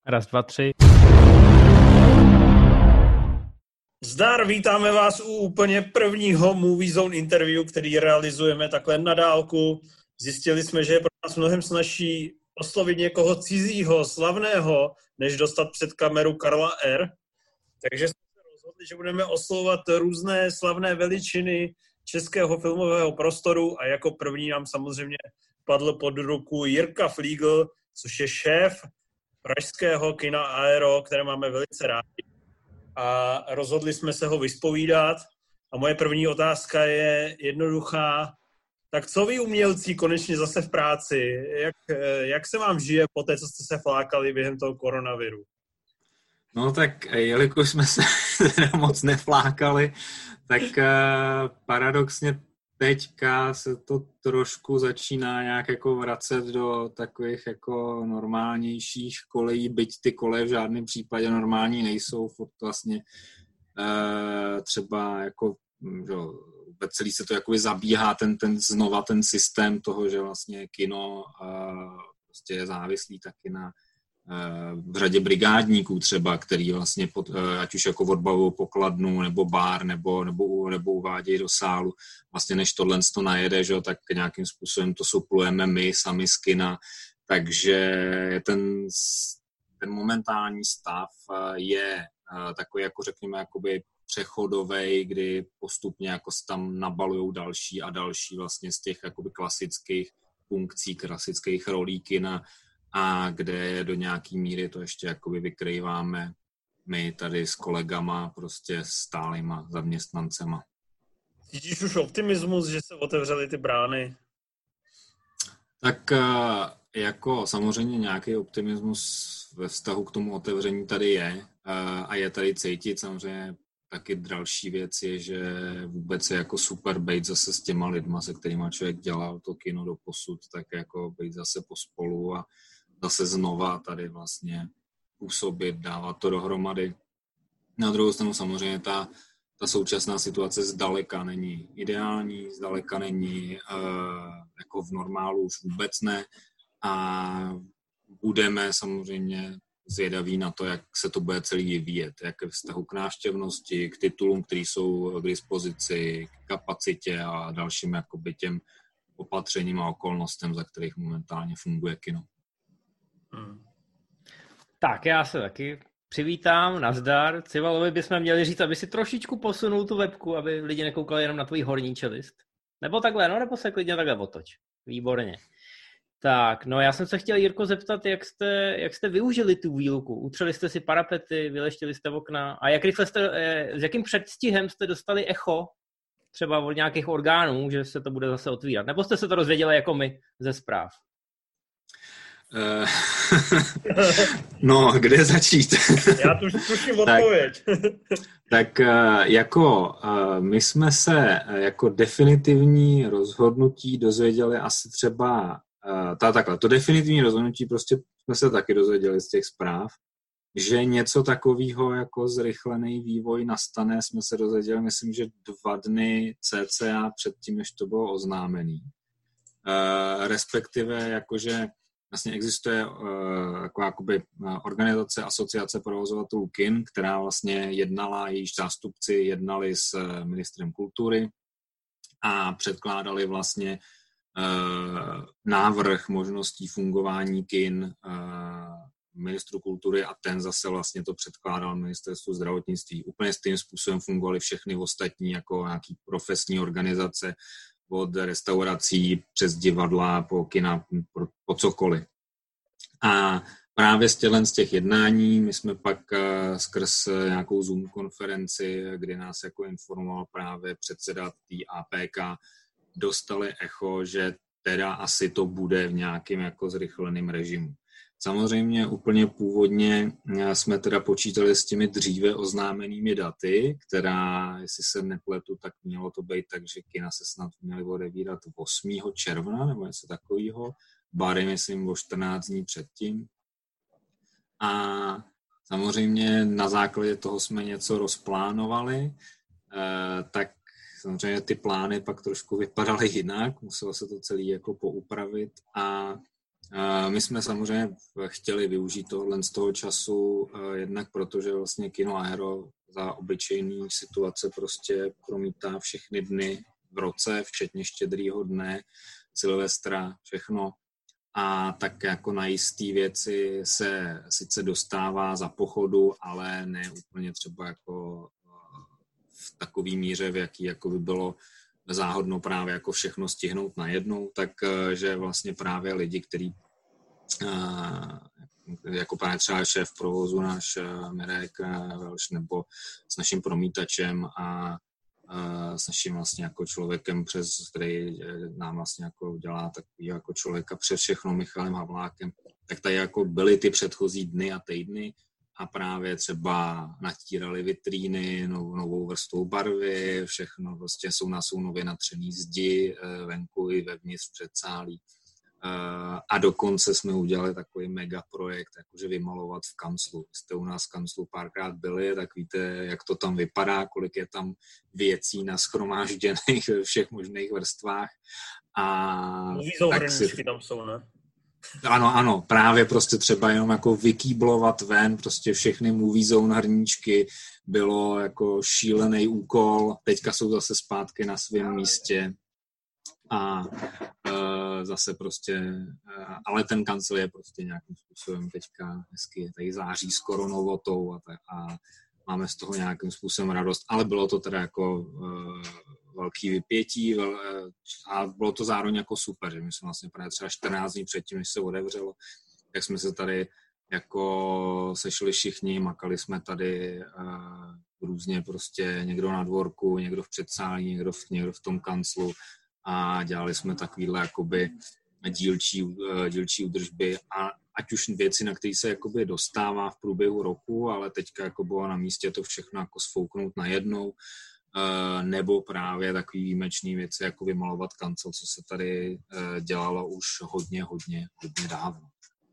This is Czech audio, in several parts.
Raz, dva, tři. Zdar, vítáme vás u úplně prvního Movie Zone interview, který realizujeme takhle na dálku. Zjistili jsme, že je pro nás mnohem snazší oslovit někoho cizího, slavného, než dostat před kameru Karla R. Takže jsme se rozhodli, že budeme oslovovat různé slavné veličiny českého filmového prostoru a jako první nám samozřejmě padl pod ruku Jirka Fliegl, což je šéf pražského kina Aero, které máme velice rádi. A rozhodli jsme se ho vyspovídat. A moje první otázka je jednoduchá. Tak co vy umělci konečně zase v práci? Jak se vám žije po té, co jste se flákali během toho koronaviru? No tak jelikož jsme se moc neflákali, tak paradoxně teďka se to trošku začíná nějak jako vracet do takových jako normálnějších kolejí, byť ty koleje v žádném případě normální nejsou, vlastně třeba jako vůbec celý se to jakoby zabíhá ten systém toho, že vlastně kino prostě je závislý taky na v řadě brigádníků třeba, který vlastně ať už jako odbavují pokladnu nebo bar nebo uvádějí do sálu, vlastně než tohle to najede, že, tak nějakým způsobem to suplujeme my sami z kina, takže ten momentální stav je takový, jako řekněme, jakoby přechodovej, kdy postupně jako se tam nabalujou další a další vlastně z těch jakoby klasických funkcí, klasických rolí kina, a kde do nějaký míry to ještě jakoby vykrýváme my tady s kolegama, prostě stálýma zaměstnancema. Cítíš už optimismus, že se otevřely ty brány? Tak jako samozřejmě nějaký optimismus ve vztahu k tomu otevření tady je a je tady cítit. Samozřejmě taky další věc je, že vůbec je jako super být zase s těma lidma, se kterýma člověk dělal to kino doposud, tak jako být zase pospolu a zase znova tady vlastně působit, dávat to dohromady. Na druhou stranu samozřejmě ta současná situace zdaleka není ideální, zdaleka není jako v normálu už vůbec ne a budeme samozřejmě zvědaví na to, jak se to bude celý vyvíjet, jak ve vztahu k návštěvnosti, k titulům, které jsou k dispozici, k kapacitě a dalším jakoby těm opatřením a okolnostem, za kterých momentálně funguje kino. Tak já se taky přivítám, nazdar. Civalovi bychom měli říct, aby si trošičku posunul tu webku, aby lidi nekoukali jenom na tvůj horní čelist. Nebo takhle, no, nebo se klidně takhle otoč. Výborně. Tak, no já jsem se chtěl, Jirko, zeptat, jak jste využili tu výluku. Utřeli jste si parapety, vyleštili jste okna a jak rychle s jakým předstihem jste dostali echo třeba od nějakých orgánů, že se to bude zase otvírat? Nebo jste se to dozvěděli jako my ze zpráv? No, kde začít? Já tuším odpověď. tak jako my jsme se jako definitivní rozhodnutí dozvěděli asi třeba takhle. To definitivní rozhodnutí prostě jsme se taky dozvěděli z těch zpráv, že něco takového jako zrychlený vývoj nastane, jsme se dozvěděli, myslím, že 2 dny cca předtím, než to bylo oznámený. Respektive jakože vlastně existuje jakoby organizace Asociace provozovatelů kin, která vlastně jejíž zástupci jednali s ministrem kultury a předkládali vlastně návrh možností fungování kin ministru kultury a ten zase vlastně to předkládal ministerstvu zdravotnictví. Úplně stejným způsobem fungovaly všechny ostatní jako nějaký profesní organizace, od restaurací přes divadla po kina, po cokoliv. A právě z těch jednání my jsme pak skrz nějakou Zoom konferenci, kdy nás jako informoval právě předseda té APK, dostali echo, že teda asi to bude v nějakém jako zrychleném režimu. Samozřejmě úplně původně jsme teda počítali s těmi dříve oznámenými daty, která, jestli se nepletu, tak mělo to být tak, že kina se snad měly odevírat 8. června nebo něco takového, bary myslím o 14 dní předtím. A samozřejmě na základě toho jsme něco rozplánovali, tak samozřejmě ty plány pak trošku vypadaly jinak, muselo se to celé jako poupravit a My jsme samozřejmě chtěli využít tohle z toho času, jednak protože vlastně Kino Aero za obyčejný situace prostě promítá všechny dny v roce, včetně Štědrýho dne, Silvestra, všechno. A tak jako na jistý věci se sice dostává za pochodu, ale ne úplně třeba jako v takový míře, v jaký jako by bylo záhodno právě jako všechno stihnout najednou, takže vlastně právě lidi, kteří jako právě třeba šéf provozu náš Mirek Velš, nebo s naším promítačem a s naším vlastně jako člověkem, který nám vlastně jako dělá takový jako člověka přes všechno, Michalem Havlákem, tak tady jako byly ty předchozí dny a týdny a právě třeba natírali vitríny, novou vrstvou barvy, všechno prostě jsou nově natřený zdi venku i vevnitř předsálí. A dokonce jsme udělali takový mega projekt, jakože vymalovat v kanclu. Jste u nás v kanclu párkrát byli, tak víte, jak to tam vypadá, kolik je tam věcí nashromážděných ve všech možných vrstvách. Hrníčky tam jsou, ne? Ano, právě prostě třeba jenom jako vykýblovat ven prostě všechny movie zone hrníčky bylo jako šílený úkol, teďka jsou zase zpátky na svém místě a zase prostě, ale ten kancel je prostě nějakým způsobem teďka hezky, tady září s koronovotou a máme z toho nějakým způsobem radost, ale bylo to teda jako velký vypětí a bylo to zároveň jako super, že my jsme vlastně právě třeba 14 dní předtím, než se otevřelo, tak jsme se tady jako sešli všichni, makali jsme tady různě prostě někdo na dvorku, někdo v předsálí, někdo v tom kanclu a dělali jsme takovýhle jakoby dílčí údržby a ať už věci, na které se jakoby dostává v průběhu roku, ale teďka jako bylo na místě to všechno jako sfouknout najednou, nebo právě takový výjimečný věci, jako vymalovat kancel, co se tady dělalo už hodně dávno.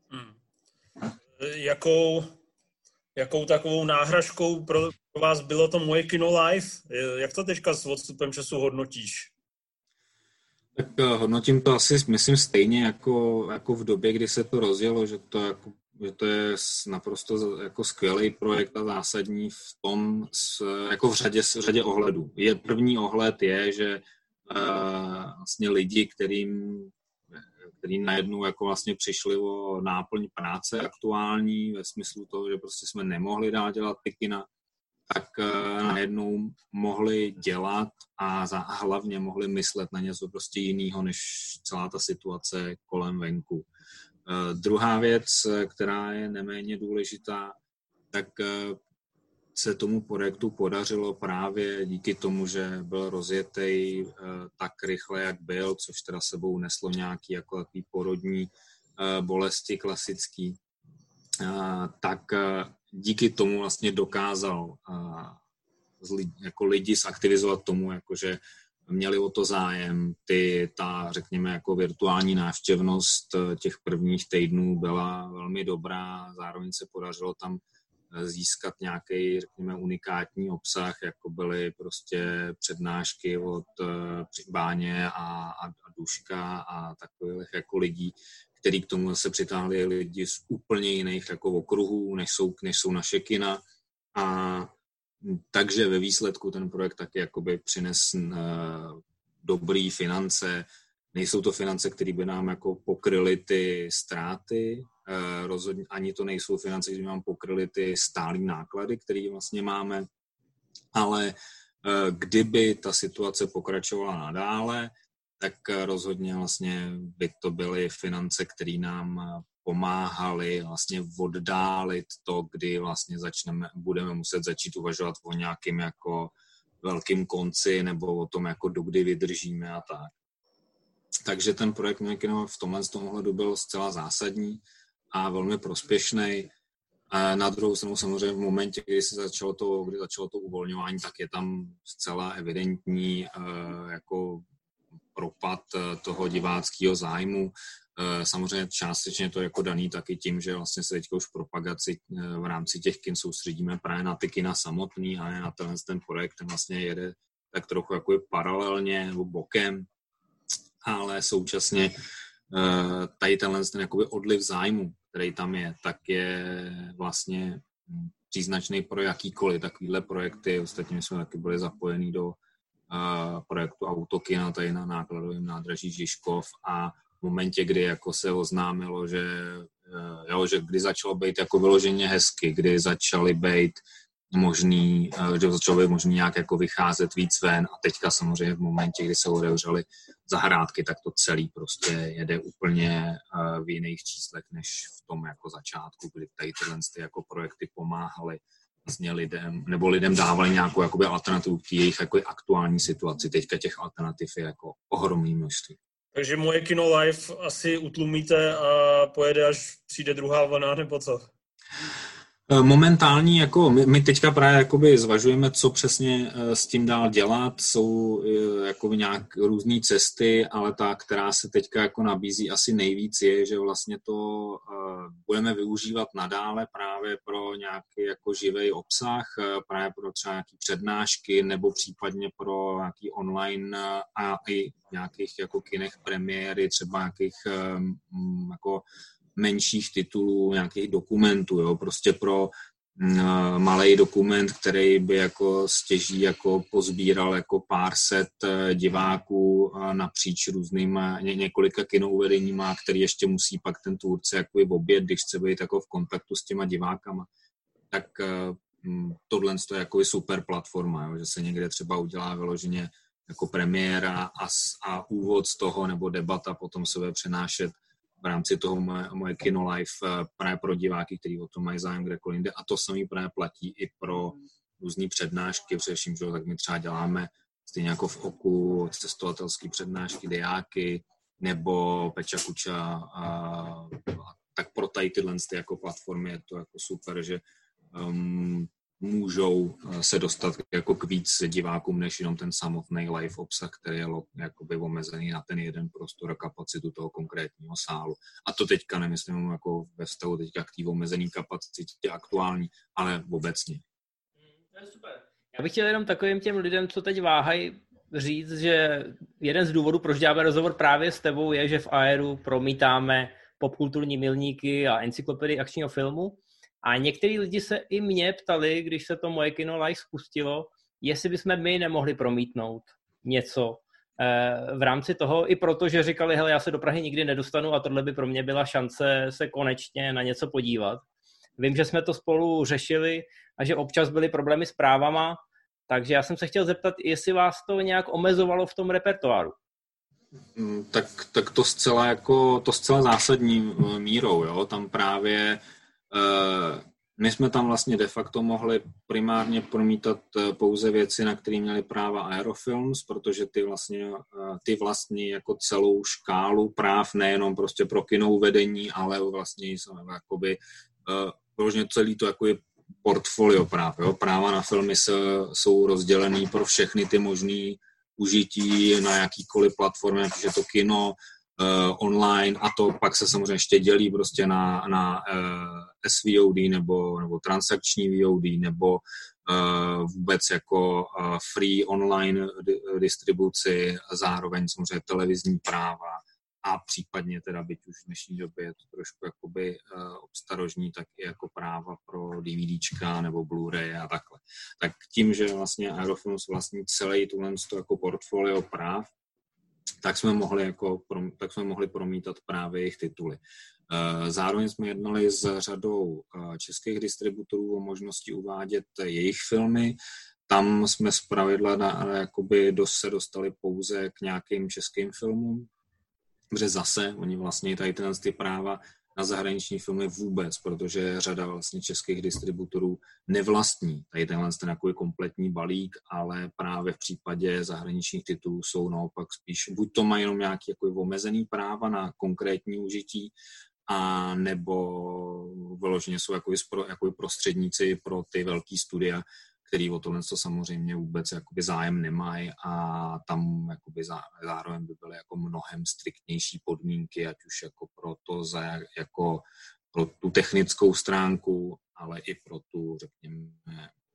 Jakou takovou náhražkou pro vás bylo to Moje kino live? Jak to teďka s odstupem času hodnotíš? Tak hodnotím to asi, myslím, stejně jako v době, kdy se to rozjelo, že to je naprosto jako skvělý projekt a zásadní v tom, jako v řadě ohledů. První ohled je, že vlastně lidi, kterým najednou jako vlastně přišli o náplň práce aktuální, ve smyslu toho, že prostě jsme nemohli dál dělat ty kina, tak najednou mohli dělat a hlavně mohli myslet na něco prostě jiného, než celá ta situace kolem venku. Druhá věc, která je neméně důležitá, tak se tomu projektu podařilo právě díky tomu, že byl rozjetý tak rychle, jak byl, což teda sebou neslo nějaký jako takový porodní bolesti klasický, tak díky tomu vlastně dokázal jako lidi zaktivizovat tomu, jakože měli o to zájem. Řekněme, jako virtuální návštěvnost těch prvních týdnů byla velmi dobrá, zároveň se podařilo tam získat nějaký, řekněme, unikátní obsah, jako byly prostě přednášky od Báně a Duška a takových jako lidí, který k tomu se přitáhli lidi z úplně jiných jako okruhů, než jsou naše kina. A takže ve výsledku ten projekt taky jakoby přines dobrý finance. Nejsou to finance, které by nám jako pokryly ty ztráty, rozhodně ani to nejsou finance, které by nám pokryly ty stálý náklady, které vlastně máme, ale kdyby ta situace pokračovala nadále, tak rozhodně vlastně by to byly finance, které nám pomáhaly vlastně oddálit to, kdy vlastně budeme muset začít uvažovat o nějakým jako velkým konci nebo o tom, jako dokdy vydržíme a tak. Takže ten projekt Moje kino v tomhle ohledu byl zcela zásadní a velmi prospěšný. A na druhou stranu samozřejmě v momentě, kdy začalo to uvolňování, tak je tam zcela evidentní jako propad toho diváckého zájmu. Samozřejmě částečně to je jako daný taky tím, že vlastně se teďka už v propagaci v rámci těch kin soustředíme právě na ty kina samotný a ne na ten projekt, ten vlastně jede tak trochu jako paralelně nebo bokem, ale současně tady tenhle ten jakoby odliv zájmu, který tam je, tak je vlastně příznačný pro jakýkoliv takovýhle projekty. Ostatně jsme taky byli zapojení do projektu Autokina tady na nákladovém nádraží Žižkov a v momentě, kdy jako se oznámilo, že kdy začalo být jako vyloženě hezky, kdy začaly být možný nějak jako vycházet víc ven a teďka samozřejmě v momentě, kdy se otevřely zahrádky, tak to celý prostě jede úplně v jiných číslech než v tom jako začátku, kdy tady tyhle jako projekty pomáhaly vlastně lidem dávali nějakou jakoby alternativu k jejich jako aktuální situaci. Teďka těch alternativ je jako ohromný množství. Takže Moje kino live asi utlumíte a pojede, až přijde druhá vlna, nebo co? Momentální, jako my teďka právě jakoby zvažujeme, co přesně s tím dál dělat. Jsou jakoby nějak různé cesty, ale ta, která se teďka jako nabízí asi nejvíc je, že vlastně to budeme využívat nadále právě pro nějaký jako živý obsah, právě pro třeba nějaký přednášky nebo případně pro nějaký online a i nějakých jako kinech premiéry, třeba nějakých jako menších titulů, nějakých dokumentů, jo, prostě pro malý dokument, který by jako stěží jako pozbíral jako pár set diváků napříč různýma několika kinouvedeníma, který ještě musí pak ten tvůrce jako obět, když chce být jako v kontaktu s těma divákama, tak tohle je jako super platforma, jo, že se někde třeba udělá vyloženě jako premiéra a úvod z toho nebo debata potom se bude přenášet v rámci toho moje kino live právě pro diváky, kteří o tom mají zájem kdekoliv jinde. A to samý právě platí i pro různý přednášky, především, že tak my třeba děláme stejně jako v Oku cestovatelské přednášky, dejáky, nebo Peča Kuča. Tak pro tady tyhle jako platformy je to jako super, že můžou se dostat jako k víc divákům, než jenom ten samotný live obsah, který je jakoby omezený na ten jeden prostor a kapacitu toho konkrétního sálu. A to teďka nemyslím jako ve vztahu teďka k té omezený kapacitě aktuální, ale obecně. To je super. Já bych chtěl jenom takovým těm lidem, co teď váhají, říct, že jeden z důvodů, proč děláme rozhovor právě s tebou, je, že v Aeru promítáme popkulturní milníky a encyklopedii akčního filmu. A některý lidi se i mě ptali, když se to Moje kino live spustilo, jestli bychom my nemohli promítnout něco v rámci toho, i protože říkali, hele, já se do Prahy nikdy nedostanu a tohle by pro mě byla šance se konečně na něco podívat. Vím, že jsme to spolu řešili a že občas byly problémy s právama, takže já jsem se chtěl zeptat, jestli vás to nějak omezovalo v tom repertoáru. Tak to zcela zásadní mírou, jo, tam právě my jsme tam vlastně de facto mohli primárně promítat pouze věci, na které měly práva Aerofilms, protože ty vlastně jako celou škálu práv, nejenom prostě pro kinou vedení, ale vlastně jakoby vlastně celý to jako je portfolio práv. Jo? Práva na filmy jsou rozdělený pro všechny ty možný užití na jakýkoliv platformě, protože to kino, online a to pak se samozřejmě ještě dělí prostě na SVOD nebo transakční VOD nebo vůbec jako free online distribuci a zároveň samozřejmě televizní práva a případně teda, byť už v dnešní době je to trošku jakoby obstarožní, tak i jako práva pro DVDčka nebo Blu-ray a takhle. Tak tím, že vlastně Aerofilms vlastní celý tuhle jako portfolio práv, tak jsme mohli promítat právě jejich tituly. Zároveň jsme jednali s řadou českých distributorů o možnosti uvádět jejich filmy. Tam jsme zpravidla se dostali pouze k nějakým českým filmům, protože zase oni vlastně tady ty práva na zahraniční filmy vůbec, protože řada vlastně českých distributorů nevlastní tady ten takový kompletní balík, ale právě v případě zahraničních titulů jsou naopak spíš, buď to mají jenom nějaké jako omezený práva na konkrétní užití, a nebo vyloženě jsou jako prostředníci pro ty velký studia, který o tohle samozřejmě vůbec jakoby zájem nemají a tam jakoby zároveň by byly jako mnohem striktnější podmínky, ať už jako pro tu technickou stránku, ale i pro tu, řekněme,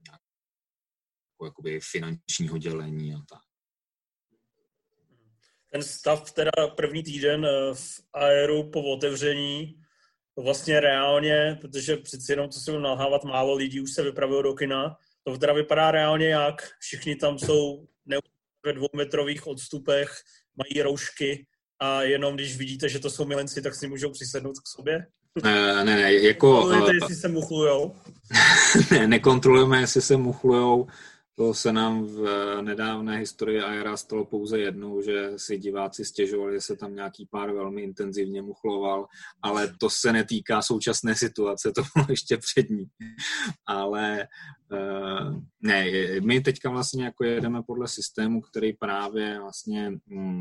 jakoby finančního dělení a tak. ten stav teda první týden v Aeru po otevření, to vlastně reálně, protože přeci jenom, co si budeme nalhávat, málo lidí už se vypravilo do kina, to teda vypadá reálně jak? Všichni tam jsou ve 2metrových odstupech, mají roušky a jenom když vidíte, že to jsou milenci, tak si můžou přisednout k sobě? Ne, jako... jestli se muchlujou? Ne, nekontrolujeme, jestli se muchlujou. To se nám v nedávné historii Aera stalo pouze jednou, že si diváci stěžovali, že se tam nějaký pár velmi intenzivně muchloval, ale to se netýká současné situace, to bylo ještě před ní. Ale ne, my teďka vlastně jako jedeme podle systému, který právě vlastně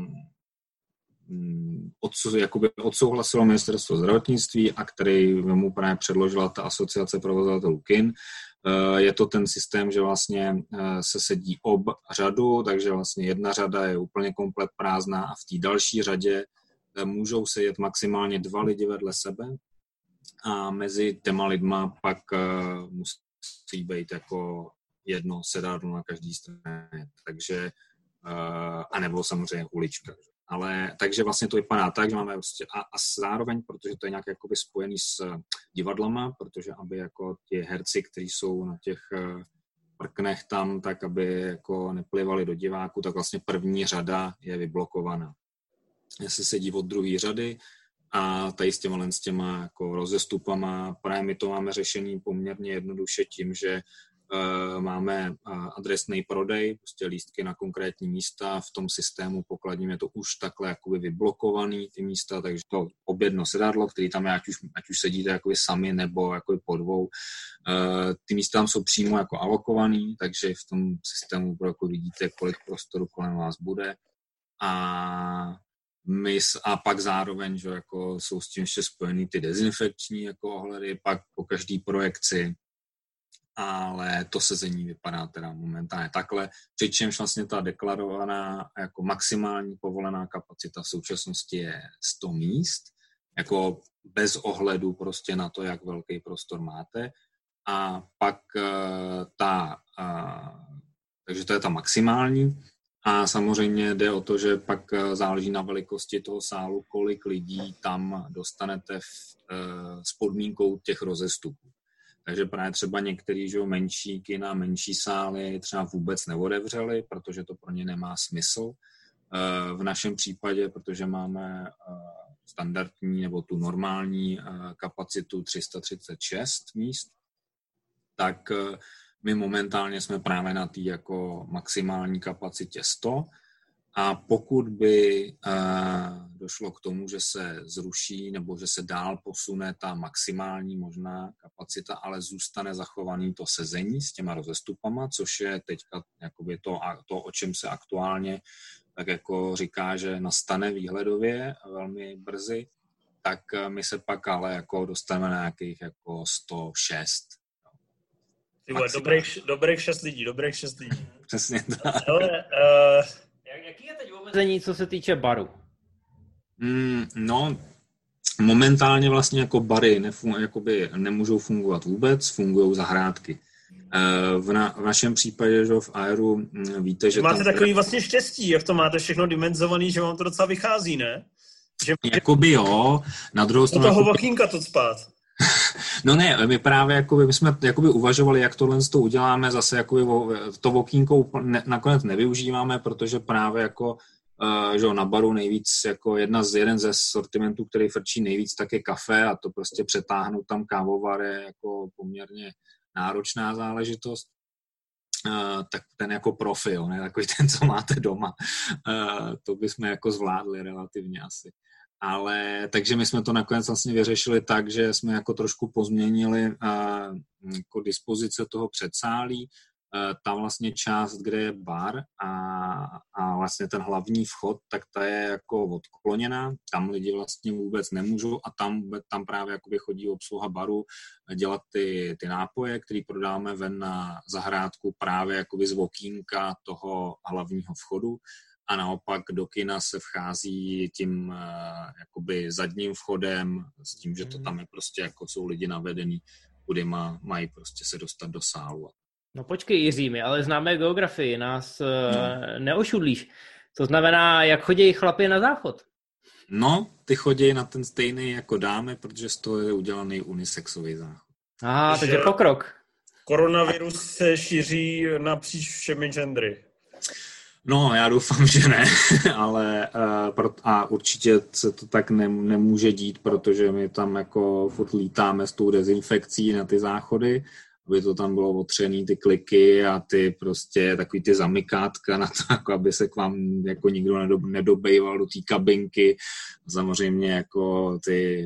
odsouhlasilo ministerstvo zdravotnictví a který mu právě předložila ta asociace provozovatelů kin. Je to ten systém, že vlastně se sedí řadu, takže vlastně jedna řada je úplně komplet prázdná a v té další řadě můžou sedět maximálně 2 lidi vedle sebe a mezi těma lidma pak musí být jako jedno sedadlo na každý straně, takže a nebo samozřejmě ulička. Ale takže vlastně to vypadá tak, že máme prostě a zároveň, protože to je nějak jakoby spojený s divadlama, protože aby jako ti herci, kteří jsou na těch prknech tam, tak aby jako neplivali do diváku, tak vlastně první řada je vyblokovaná. Se sedí od druhé řady a tady s těma jako rozestupama, právě my to máme řešený poměrně jednoduše tím, že máme adresný prodej, prostě lístky na konkrétní místa, v tom systému pokladním je to už takhle jakoby vyblokovaný ty místa, takže to objedno sedadlo, který tam je, ať už sedíte jakoby sami nebo jakoby po dvou, ty místa tam jsou přímo jako alokovaný, takže v tom systému jako vidíte, kolik prostoru kolem vás bude a pak zároveň, že jako jsou s tím ještě spojený ty dezinfekční jako ohledy, pak po každý projekci, ale to sezení vypadá teda momentálně takhle, přičemž vlastně ta deklarovaná jako maximální povolená kapacita v současnosti je 100 míst, jako bez ohledu prostě na to, jak velký prostor máte a pak takže to je ta maximální a samozřejmě jde o to, že pak záleží na velikosti toho sálu, kolik lidí tam dostanete s podmínkou těch rozestupů. Takže právě třeba některý menší kina, menší sály třeba vůbec neotevřeli, protože to pro ně nemá smysl. V našem případě, protože máme standardní nebo tu normální kapacitu 336 míst, tak my momentálně jsme právě na té jako maximální kapacitě 100 a pokud by došlo k tomu, že se zruší nebo že se dál posune ta maximální možná kapacita, ale zůstane zachovaný to sezení s těma rozestupama, což je teďka jakoby to, o čem se aktuálně tak jako říká, že nastane výhledově velmi brzy, tak my se pak ale jako dostaneme na nějakých jako 106. Dobrých 6 lidí. Přesně tak. Jaký je teď omezení, co se týče baru? No, momentálně vlastně jako bary nemůžou fungovat vůbec, fungují zahrádky. V našem případě, že v Aeru víte, že máte takový vlastně štěstí, jak to máte všechno dimenzovaný, že vám to docela vychází, ne? Že jakoby jo, na druhou stranu... Do toho okýnka to spát. No ne, my právě my jsme uvažovali, jak tohle to uděláme, zase to okýnko nakonec nevyužíváme, protože právě že na baru nejvíc, jeden ze sortimentů, který frčí nejvíc, tak je kafe a to prostě přetáhnout tam kávovar je jako poměrně náročná záležitost. Tak ten jako profil, ne takový ten, co máte doma, to bychom jako zvládli relativně asi. Ale takže my jsme to nakonec vlastně vyřešili tak, že jsme jako trošku pozměnili jako dispozice toho předsálí. Tam vlastně část, kde je bar a vlastně ten hlavní vchod, tak ta je jako odkloněná. Tam lidi vlastně vůbec nemůžou a tam právě jakoby chodí obsluha baru dělat ty nápoje, který prodáme ven na zahrádku právě jakoby z okýnka toho hlavního vchodu. A naopak do kina se vchází tím jakoby zadním vchodem s tím, že to tam je prostě jako jsou lidi navedený, kudy mají prostě se dostat do sálu. No počkej, Jiří, my ale známe geografii, nás neošudlíš. To znamená, jak chodí chlapi na záchod? No, ty chodí na ten stejný jako dámy, protože z toho je udělaný unisexový záchod. Takže pokrok. Koronavirus se šíří napříč všemi gendry. No, já doufám, že ne, ale a určitě se to tak nemůže dít, protože my tam jako furt lítáme s tou dezinfekcí na ty záchody, aby to tam bylo otřený, ty kliky a ty prostě takový ty zamykátka na to, jako aby se k vám jako nikdo nedobejval do té kabinky. Samozřejmě jako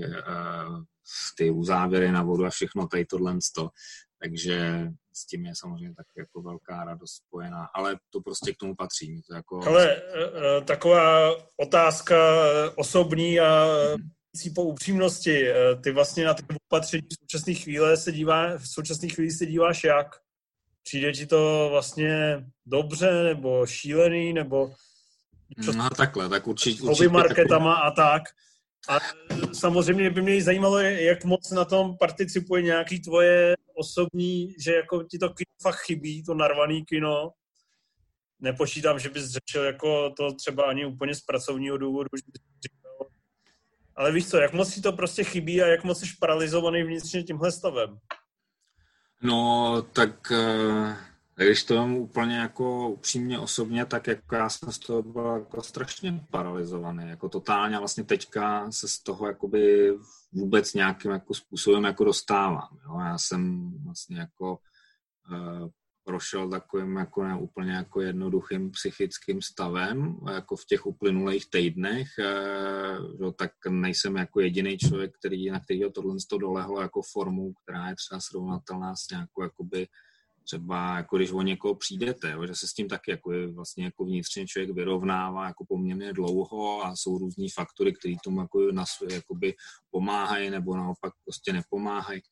ty uzávěry na vodu a všechno tady tohle. Takže s tím je samozřejmě tak jako velká radost spojená, ale to prostě k tomu patří. To jako... Ale taková otázka osobní a po upřímnosti. Ty vlastně na ty opatření v současné chvíli se díváš jak? Přijde ti to vlastně dobře, nebo šílený, nebo... No takhle, tak určitě hobby marketama a tak. A samozřejmě by mě zajímalo, jak moc na tom participuje nějaký tvoje osobní, že jako ti to kino fakt chybí, to narvaný kino. Nepočítám, že bys řešil jako to třeba ani úplně z pracovního důvodu, že bys říkal. Ale víš co, jak moc ti to prostě chybí a jak moc jsi paralizovaný vnitřně tímhle stavem? No, tak když to mám úplně jako upřímně osobně, tak jako já jsem z toho byl jako strašně paralizovaný, jako totálně vlastně teďka se z toho jakoby vůbec nějakým jako způsobem jako dostávám. Jo? Já jsem vlastně jako prošel takovým jako ne úplně jako jednoduchým psychickým stavem jako v těch uplynulých týdnech, že, tak nejsem jako jediný člověk, na kterýho tohle dolehlo jako formou, která je třeba srovnatelná s nějakou jakoby třeba jako když o někoho přijdete, jo, že se s tím taky jako vlastně jako vnitřně člověk vyrovnává jako poměrně dlouho a jsou různý faktory, které tomu jakoby pomáhají nebo naopak prostě nepomáhají.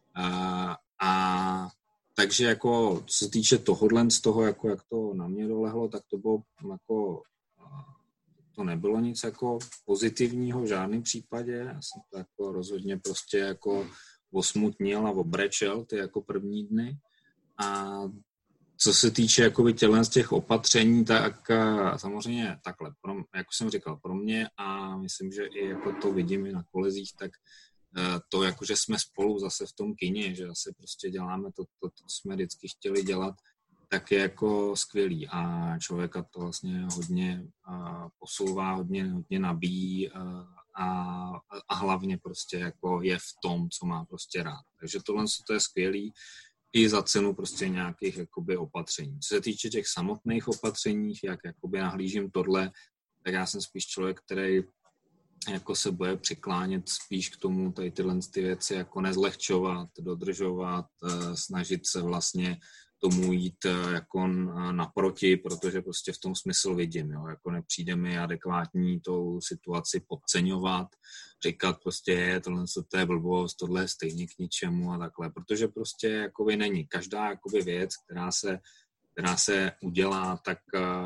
A takže jako co se týče tohohle z toho, jako jak to na mě dolehlo, tak to bylo jako to nebylo nic jako pozitivního v žádném případě. Já jsem to jako rozhodně prostě jako osmutnil a obrečel ty jako první dny. A co se týče jakoby z těch opatření, tak samozřejmě takhle, jak jsem říkal, pro mě a myslím, že i jako to vidím i na kolezích, tak to jako, že jsme spolu zase v tom kině, že zase prostě děláme to, co jsme vždycky chtěli dělat, tak je jako skvělý a člověka to vlastně hodně posouvá, hodně nabíjí a hlavně prostě jako je v tom, co má prostě rád. Takže tohle to je skvělý i za cenu prostě nějakých jakoby opatření. Co se týče těch samotných opatření, jak jakoby nahlížím tohle, tak já jsem spíš člověk, který jako se bude přiklánět spíš k tomu tady tyhle ty věci jako nezlehčovat, dodržovat, snažit se vlastně tomu jít jako naproti, protože prostě v tom smysl vidím, jo, jako nepřijde mi adekvátní tou situaci podceňovat, říkat prostě tohle to je blbost, tohle je stejně k ničemu a takhle, protože prostě jakoby není. Každá jakoby věc, která se udělá, tak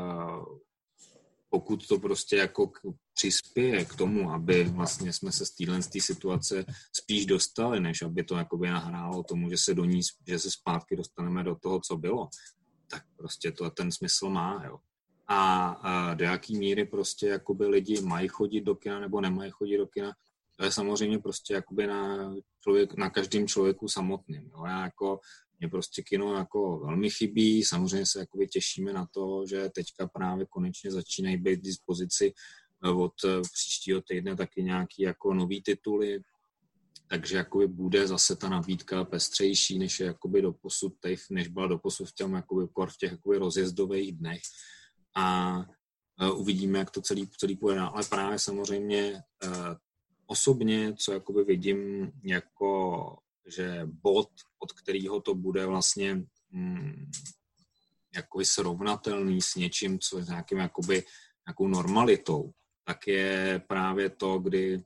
pokud to prostě jako přispěje k tomu, aby vlastně jsme se z téhle situace spíš dostali, než aby to jakoby nahrálo tomu, že se zpátky dostaneme do toho, co bylo, tak prostě to ten smysl má, jo. A do jaký míry prostě jakoby lidi mají chodit do kina nebo nemají chodit do kina, to je samozřejmě prostě jakoby na každém člověku samotným, jo. Mně prostě kino jako velmi chybí, samozřejmě se jakoby těšíme na to, že teďka právě konečně začínají být k dispozici od příštího týdne taky nějaký jako nový tituly, takže jakoby bude zase ta nabídka pestřejší, než je jakoby doposud, než byla doposud v těch jakoby rozjezdových dnech a uvidíme, jak to celý půjde, ale právě samozřejmě osobně, co jakoby vidím jako že bod, od kterého to bude vlastně jakoby srovnatelný s něčím, co je nějakou normalitou, tak je právě to, kdy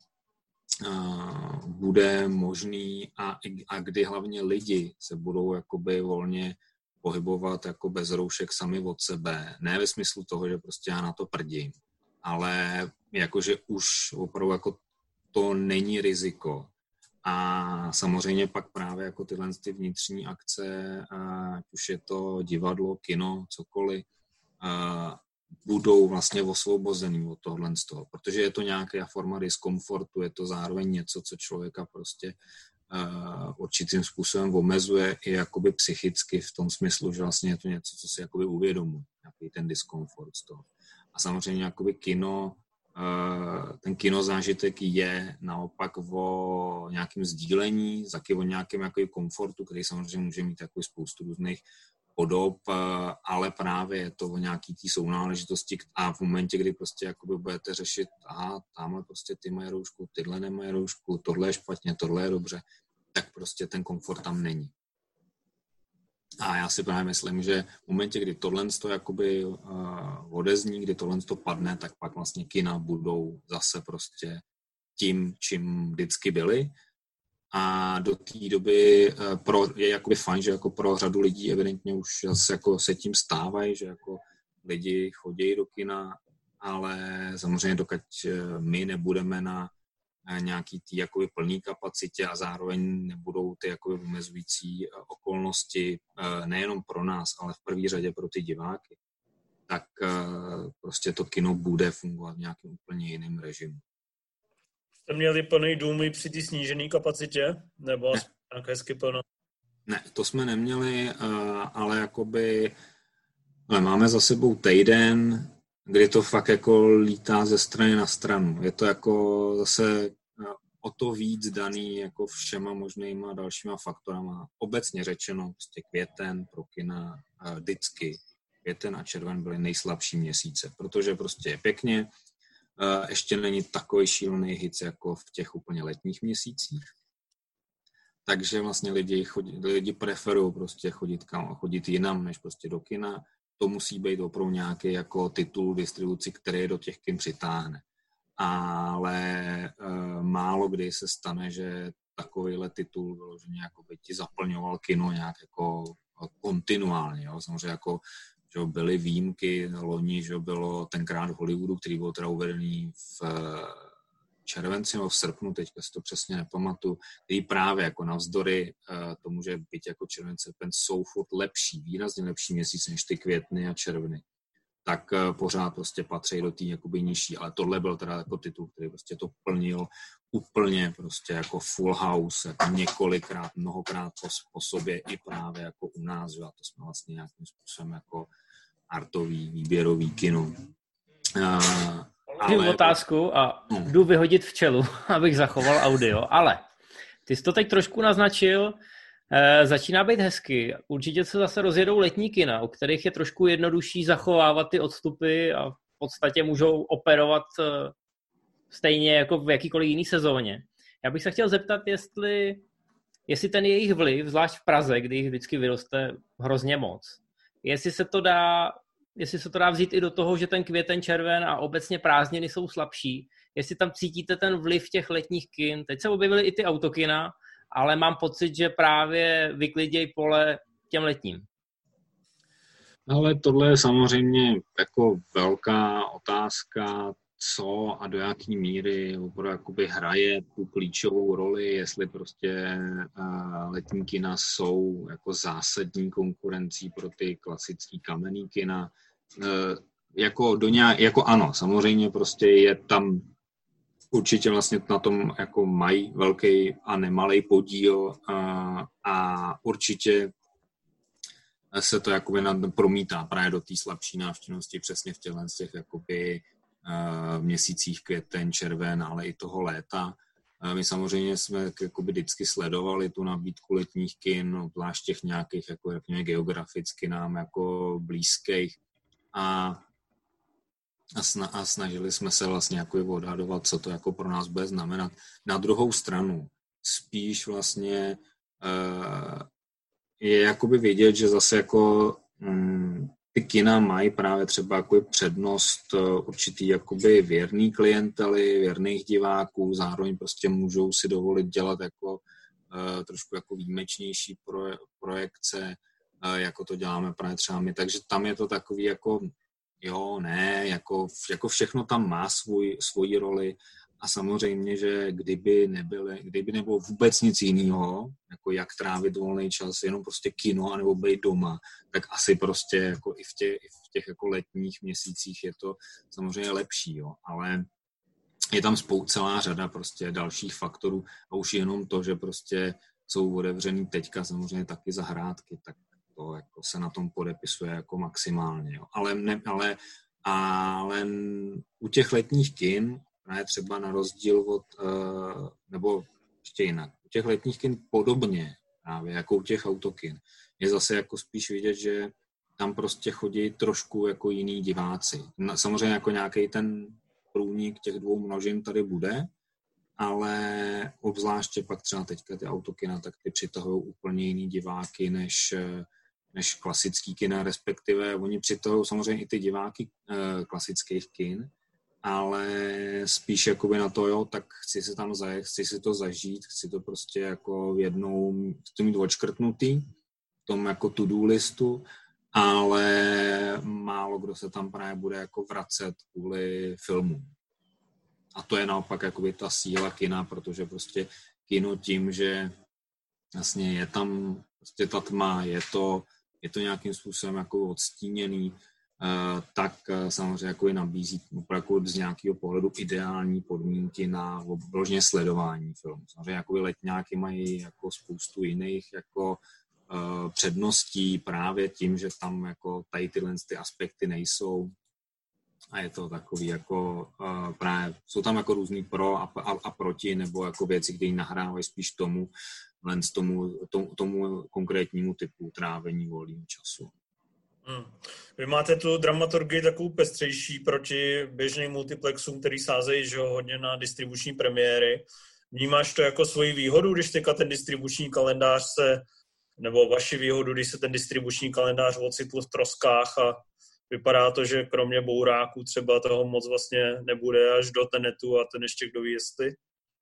bude možný a kdy hlavně lidi se budou jakoby volně pohybovat jako bez roušek sami od sebe. Ne ve smyslu toho, že prostě já na to prdím, ale jakože už opravdu jako to není riziko. A samozřejmě pak právě jako tyhle ty vnitřní akce, ať už je to divadlo, kino, cokoliv, budou vlastně osvobozený od tohle z toho, protože je to nějaká forma diskomfortu, je to zároveň něco, co člověka prostě určitým způsobem omezuje i jakoby psychicky v tom smyslu, že vlastně je to něco, co si jakoby uvědomuje, nějaký ten diskomfort z toho. A samozřejmě jakoby kino, ten kinozážitek je naopak o nějakém sdílení, taky o nějakém jakoby komfortu, který samozřejmě může mít takový spoustu různých podob, ale právě je to o nějaký tý sounáležitosti a v momentě, kdy prostě jakoby budete řešit, tamhle prostě ty mají roušku, tyhle nemají roušku, tohle je špatně, tohle je dobře, tak prostě ten komfort tam není. A já si právě myslím, že v momentě, kdy tohle jakoby odezní, kdy tohle padne, tak pak vlastně kina budou zase prostě tím, čím vždycky byly. A do té doby je jakoby fajn, že jako pro řadu lidí evidentně už zase jako se tím stávají, že jako lidi chodí do kina, ale samozřejmě dokud my nebudeme na nějaký tý jakoby plný kapacitě a zároveň nebudou ty jakoby omezující okolnosti nejenom pro nás, ale v první řadě pro ty diváky, tak prostě to kino bude fungovat v nějakém úplně jiném režimu. Jste měli plný dům i při té snížené kapacitě? Nebo nějak hezky plno? Ne, to jsme neměli, ale jakoby máme za sebou týden, kdy to fakt jako lítá ze strany na stranu. Je to jako zase o to víc daný jako všema možnýma dalšíma faktorama. Obecně řečeno, prostě květen pro kina vždycky. Květen a červen byly nejslabší měsíce, protože prostě je pěkně, ještě není takový šílený hit jako v těch úplně letních měsících. Takže vlastně lidi preferují prostě chodit jinam, než prostě do kina. To musí být opravdu nějaký jako titul distribuci, který do těch kin přitáhne. Ale málo kdy se stane, že takovýhle titul vyloženě jako by ti zaplňoval kino nějak jako kontinuálně. Jo? Samozřejmě jako že byly výjimky loni, že bylo tenkrát v Hollywoodu, který byl teda uvedený v červenci nebo v srpnu, teďka si to přesně nepamatuju, který právě jako navzdory tomu, že byť jako červenec, srpen jsou furt lepší, výrazně lepší měsíc než ty květny a červny, tak pořád prostě patří do té jakoby nižší, ale tohle byl teda jako titul, který prostě to plnil úplně prostě jako full house, jako několikrát, mnohokrát po sobě i právě jako u nás, že? A to jsme vlastně nějakým způsobem jako artový, výběrový kino. Ale otázku a jdu vyhodit včelu, abych zachoval audio, ale ty jsi to teď trošku naznačil, začíná být hezky. Určitě se zase rozjedou letní kina, u kterých je trošku jednodušší zachovávat ty odstupy a v podstatě můžou operovat stejně jako v jakýkoliv jiný sezóně. Já bych se chtěl zeptat, jestli ten jejich vliv, zvlášť v Praze, kdy jich vždycky vyroste hrozně moc, jestli se to dá vzít i do toho, že ten květen, červen a obecně prázdniny jsou slabší, jestli tam cítíte ten vliv těch letních kin. Teď se objevily i ty autokina, ale mám pocit, že právě vyklidějí pole těm letním. Ale tohle je samozřejmě jako velká otázka, co a do jaký míry opravdu jakoby hraje tu klíčovou roli, jestli prostě letní kina jsou jako zásadní konkurencí pro ty klasický kamenný kina. Jako ano, samozřejmě prostě je tam určitě vlastně na tom jako mají velký a nemalej podíl a určitě se to jakoby promítá právě do té slabší návštěvnosti přesně v těch jakoby měsících květen, červen, ale i toho léta. My samozřejmě jsme jakoby vždycky sledovali tu nabídku letních kin, zvlášť těch nějakých jako řekněme geograficky nám jako blízkých a snažili jsme se vlastně jako odhadovat, co to jako pro nás bude znamenat. Na druhou stranu spíš vlastně je jakoby vidět, že zase jako ty kina mají právě třeba jako přednost určitý jakoby věrný klientely, věrných diváků, zároveň prostě můžou si dovolit dělat jako trošku jako výjimečnější projekce, jako to děláme právě třeba my, takže tam je to takový jako jo, ne, jako všechno tam má svoji roli A samozřejmě, že kdyby nebylo vůbec nic jiného, jako jak trávit volný čas, jenom prostě kino anebo být doma, tak asi prostě jako i v těch jako letních měsících je to samozřejmě lepší, jo. Ale je tam celá řada prostě dalších faktorů a už jenom to, že prostě jsou otevřený teďka samozřejmě taky zahrádky, tak to jako se na tom podepisuje jako maximálně, jo. Ale u těch letních kin právě třeba na rozdíl od, nebo ještě jinak, u těch letních kin podobně právě jako u těch autokin je zase jako spíš vidět, že tam prostě chodí trošku jako jiný diváci. Samozřejmě jako nějaký ten průnik těch dvou množin tady bude, ale obzvláště pak třeba teďka ty autokina, tak ty přitahují úplně jiný diváky než klasický kina, respektive oni přitahují samozřejmě i ty diváky klasických kin, ale spíš jakoby na to, jo, tak chci se tam zajet, chci si to zažít, chci to prostě jako jednou, chci to mít odškrtnutý v tom jako to-do listu, ale málo kdo se tam právě bude jako vracet kvůli filmu. A to je naopak jakoby ta síla kina, protože prostě kino tím, že vlastně je tam prostě ta tma, je to nějakým způsobem jako odstíněný, tak samozřejmě jako i nabízí opravdu z nějakého pohledu ideální podmínky na obložně sledování filmu. Samozřejmě jako letňáky mají jako spoustu jiných jako předností právě tím, že tam jako tady tyhle ty aspekty nejsou a je to takový jako právě, jsou tam jako různý pro a proti nebo jako věci, které nahrávají spíš tomu konkrétnímu typu trávení volného času. Vy máte tu dramaturgii takovou pestřejší proti běžným multiplexům, který sázejí že hodně na distribuční premiéry. Vnímáš to jako svoji výhodu, když teďka ten distribuční kalendář nebo vaši výhodu, když se ten distribuční kalendář ocitl v troskách a vypadá to, že kromě bouráků třeba toho moc vlastně nebude až do Tenetu a ten ještě kdo ví jestli?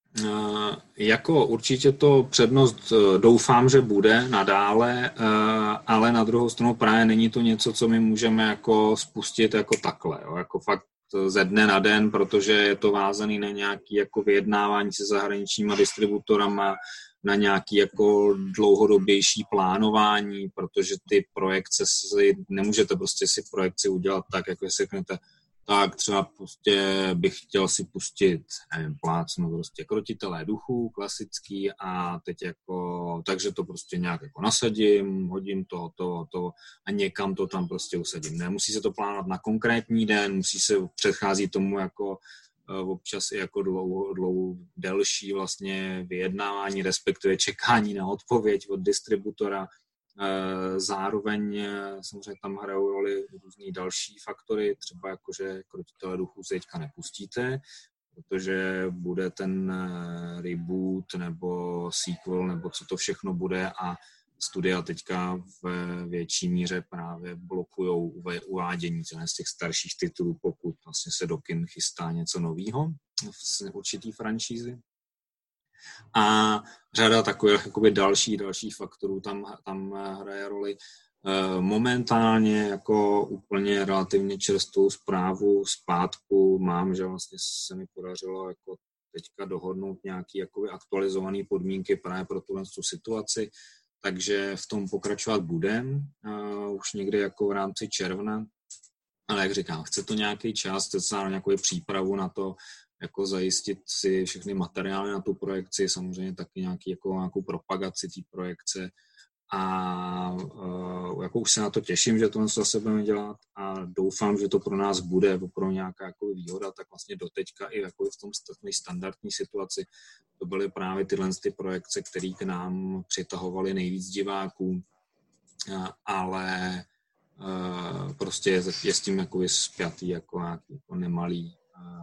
Jako určitě to přednost doufám, že bude nadále, ale na druhou stranu právě není to něco, co my můžeme jako spustit jako takhle, jo? Jako fakt ze dne na den, protože je to vázaný na nějaké jako vyjednávání se zahraničníma distributorama, na nějaké jako dlouhodobější plánování, protože ty projekce nemůžete prostě si projekci udělat tak, jako si řeknete, tak třeba prostě bych chtěl si pustit, nevím, plácnu prostě Krotitelé duchů, klasický a teď jako, takže to prostě nějak jako nasadím, hodím to a někam to tam prostě usadím. Nemusí se to plánovat na konkrétní den, musí se předchází tomu jako občas i jako delší vlastně vyjednávání, respektive čekání na odpověď od distributora. Zároveň samozřejmě tam hrajou roli různý další faktory, třeba jako, že Krotitele duchů se teďka nepustíte, protože bude ten reboot nebo sequel, nebo co to všechno bude a studia teďka v větší míře právě blokujou uvádění z těch starších titulů, pokud vlastně se do kin chystá něco nového v určitý franšízy. A řada takových jakoby dalších faktorů tam hraje roli. Momentálně jako úplně relativně čerstvou zprávu zpátku mám, že vlastně se mi podařilo jako teďka dohodnout nějaké jakoby aktualizované podmínky právě pro tuhle situaci, takže v tom pokračovat budem už někdy jako v rámci června, ale jak říkám, chce to nějaký čas, chce se nějakou přípravu na to, jako zajistit si všechny materiály na tu projekci, samozřejmě taky nějakou propagaci té projekce a jako už se na to těším, že to zase budeme dělat a doufám, že to pro nás bude pro nějaká jako výhoda, tak vlastně doteďka i jako v tom standardní situaci to byly právě tyhle ty projekce, které k nám přitahovaly nejvíc diváků, ale prostě je s tím jako spjatý jako nemalý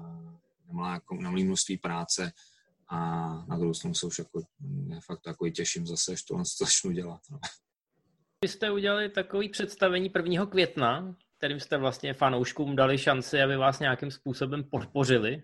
množství práce a na druhou stranu se už jako fakt takový těším zase, až to začnu dělat. No. Vy jste udělali takový představení 1. května, kterým jste vlastně fanouškům dali šanci, aby vás nějakým způsobem podpořili.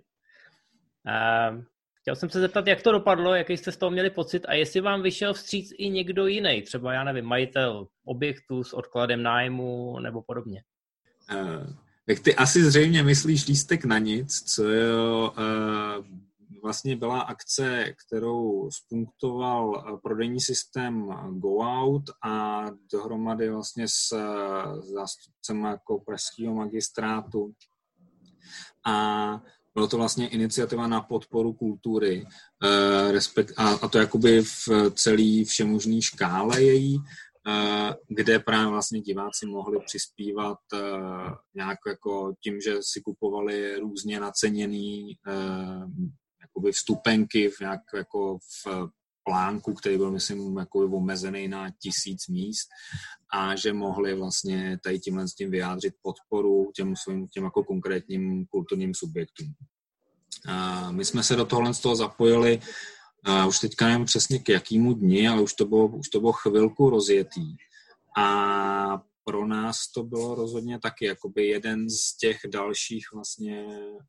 Chtěl jsem se zeptat, jak to dopadlo, jaký jste z toho měli pocit a jestli vám vyšel vstříc i někdo jiný, třeba já nevím, majitel objektu s odkladem nájmu nebo podobně. Tak ty asi zřejmě myslíš Lístek na nic, co vlastně byla akce, kterou spunktoval prodejní systém Go Out a dohromady vlastně s zástupcem jako pražského magistrátu. A bylo to vlastně iniciativa na podporu kultury, a to jakoby v celé všemožné škále její, kde právě vlastně diváci mohli přispívat nějak jako tím, že si kupovali různě naceněný jakoby vstupenky v nějak jako v plánku, který byl, myslím, jako omezený na 1000 míst a že mohli vlastně tady tímhle s tím vyjádřit podporu těm jako konkrétním kulturním subjektům. My jsme se do tohohle z toho zapojili, už teďka nevím přesně k jakýmu dni, ale už to bylo chvilku rozjetý. A pro nás to bylo rozhodně taky jakoby jeden z těch dalších vlastně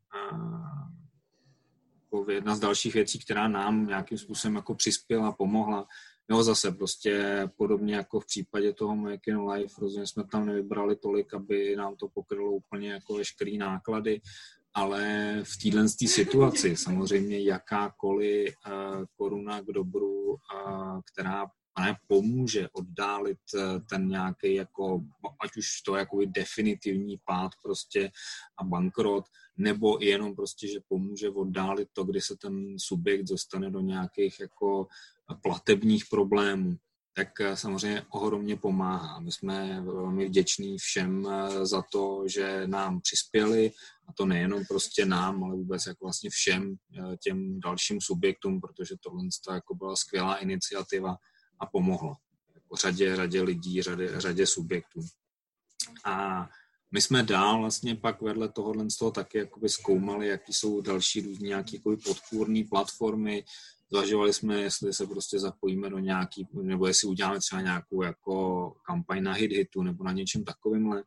jedna z dalších věcí, která nám nějakým způsobem jako přispěla, pomohla. Jo, zase prostě podobně jako v případě toho My Kino Live, rozhodně jsme tam nevybrali tolik, aby nám to pokrylo úplně jako veškerý náklady, ale v téhle situaci samozřejmě jakákoliv koruna k dobru, která pomůže oddálit ten nějaký jako, ať už to jako definitivní pád prostě a bankrot, nebo jenom prostě, že pomůže oddálit to, kdy se ten subjekt dostane do nějakých jako platebních problémů, tak samozřejmě ohromně pomáhá. My jsme velmi vděční všem za to, že nám přispěli, a to nejenom prostě nám, ale vůbec jako vlastně všem těm dalším subjektům, protože tohle jako byla skvělá iniciativa a pomohlo jako řadě lidí, řadě subjektů. A my jsme dál vlastně pak vedle tohohle z toho taky jakoby zkoumali, jaký jsou další různý nějaký podpůrné platformy. Zvažovali jsme, jestli se prostě zapojíme do nějaký, nebo jestli uděláme třeba nějakou jako kampaň na hitu nebo na něčem takovýmhle.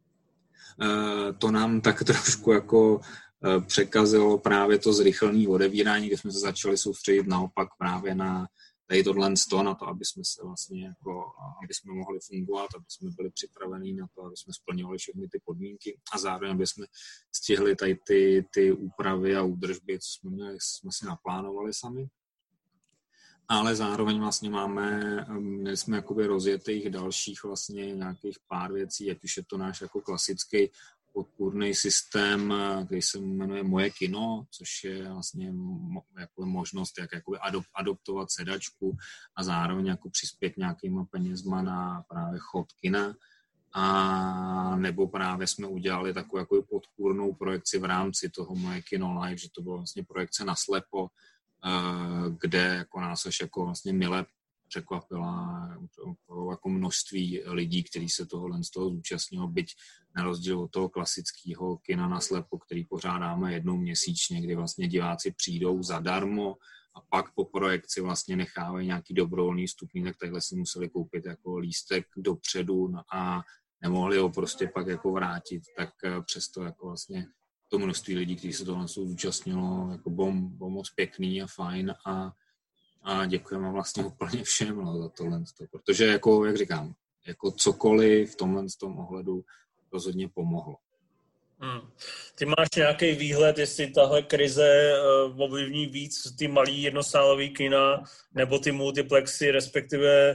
To nám tak trošku jako překazilo právě to zrychlené odevírání, kde jsme se začali soustředit naopak právě na tady tohle na to, aby jsme se vlastně jako, aby jsme mohli fungovat, aby jsme byli připraveni na to, aby jsme splňovali všechny ty podmínky a zároveň, aby jsme stihli tady ty úpravy a údržby, co jsme si naplánovali sami. Ale zároveň vlastně měli jsme jakoby rozjetých dalších vlastně nějakých pár věcí, ať už je to náš jako klasický podpůrný systém, který se jmenuje Moje kino, což je vlastně jako možnost, jak jakoby adoptovat sedačku a zároveň jako přispět nějakýma penězma na právě chod kina. A nebo právě jsme udělali takovou jako podpůrnou projekci v rámci toho Moje kino live, že to bylo vlastně projekce naslepo, kde jako nás až jako vlastně mile překvapila jako množství lidí, kteří se tohohle z toho zúčastnilo, byť na rozdíl od toho klasického kina naslepo, který pořádáme jednou měsíčně, kdy vlastně diváci přijdou zadarmo a pak po projekci vlastně nechávají nějaký dobrovolný vstupný, tak takhle si museli koupit jako lístek dopředu a nemohli ho prostě pak jako vrátit, tak přesto jako vlastně to množství lidí, kteří se tohle zúčastnilo, jako bylo moc pěkný a fajn a děkujeme vlastně úplně všem za tohle, protože jako, jak říkám, jako cokoliv v tomhle tom ohledu rozhodně pomohlo. Ty máš nějaký výhled, jestli tahle krize ovlivní víc ty malý jednosálový kina nebo ty multiplexy, respektive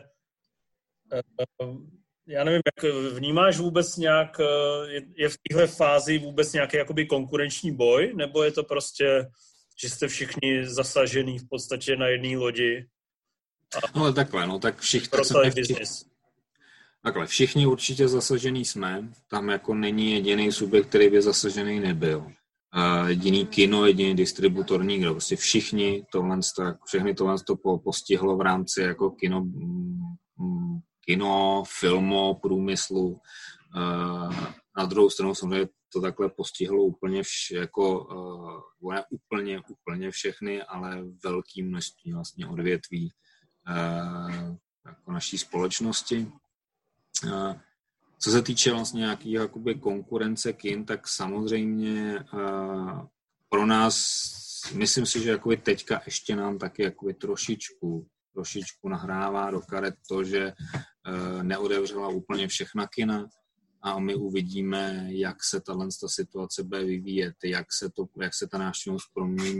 já nevím, jak vnímáš vůbec nějak, je v téhle fázi vůbec nějaký jakoby konkurenční boj, nebo je to prostě, že jste všichni zasažený v podstatě na jedné lodi? No takhle, tak všichni určitě zasažený jsme, tam jako není jediný subjekt, který by zasažený nebyl. Jediný kino, jediný distributor, nikdo, prostě všechny tohle to postihlo v rámci jako kino, filmu, průmyslu. Na druhou stranu samozřejmě to takhle postihlo úplně úplně všechny, ale velké množství vlastně odvětví jako naší společnosti. Co se týče vlastně nějaký jakoby konkurence kin, tak samozřejmě pro nás, myslím si, že jakoby teďka ještě nám taky jakoby trošičku nahrává do karet to, že neotevřela úplně všechna kina a my uvidíme, jak se tato situace bude vyvíjet, jak se ta návštěvnost promění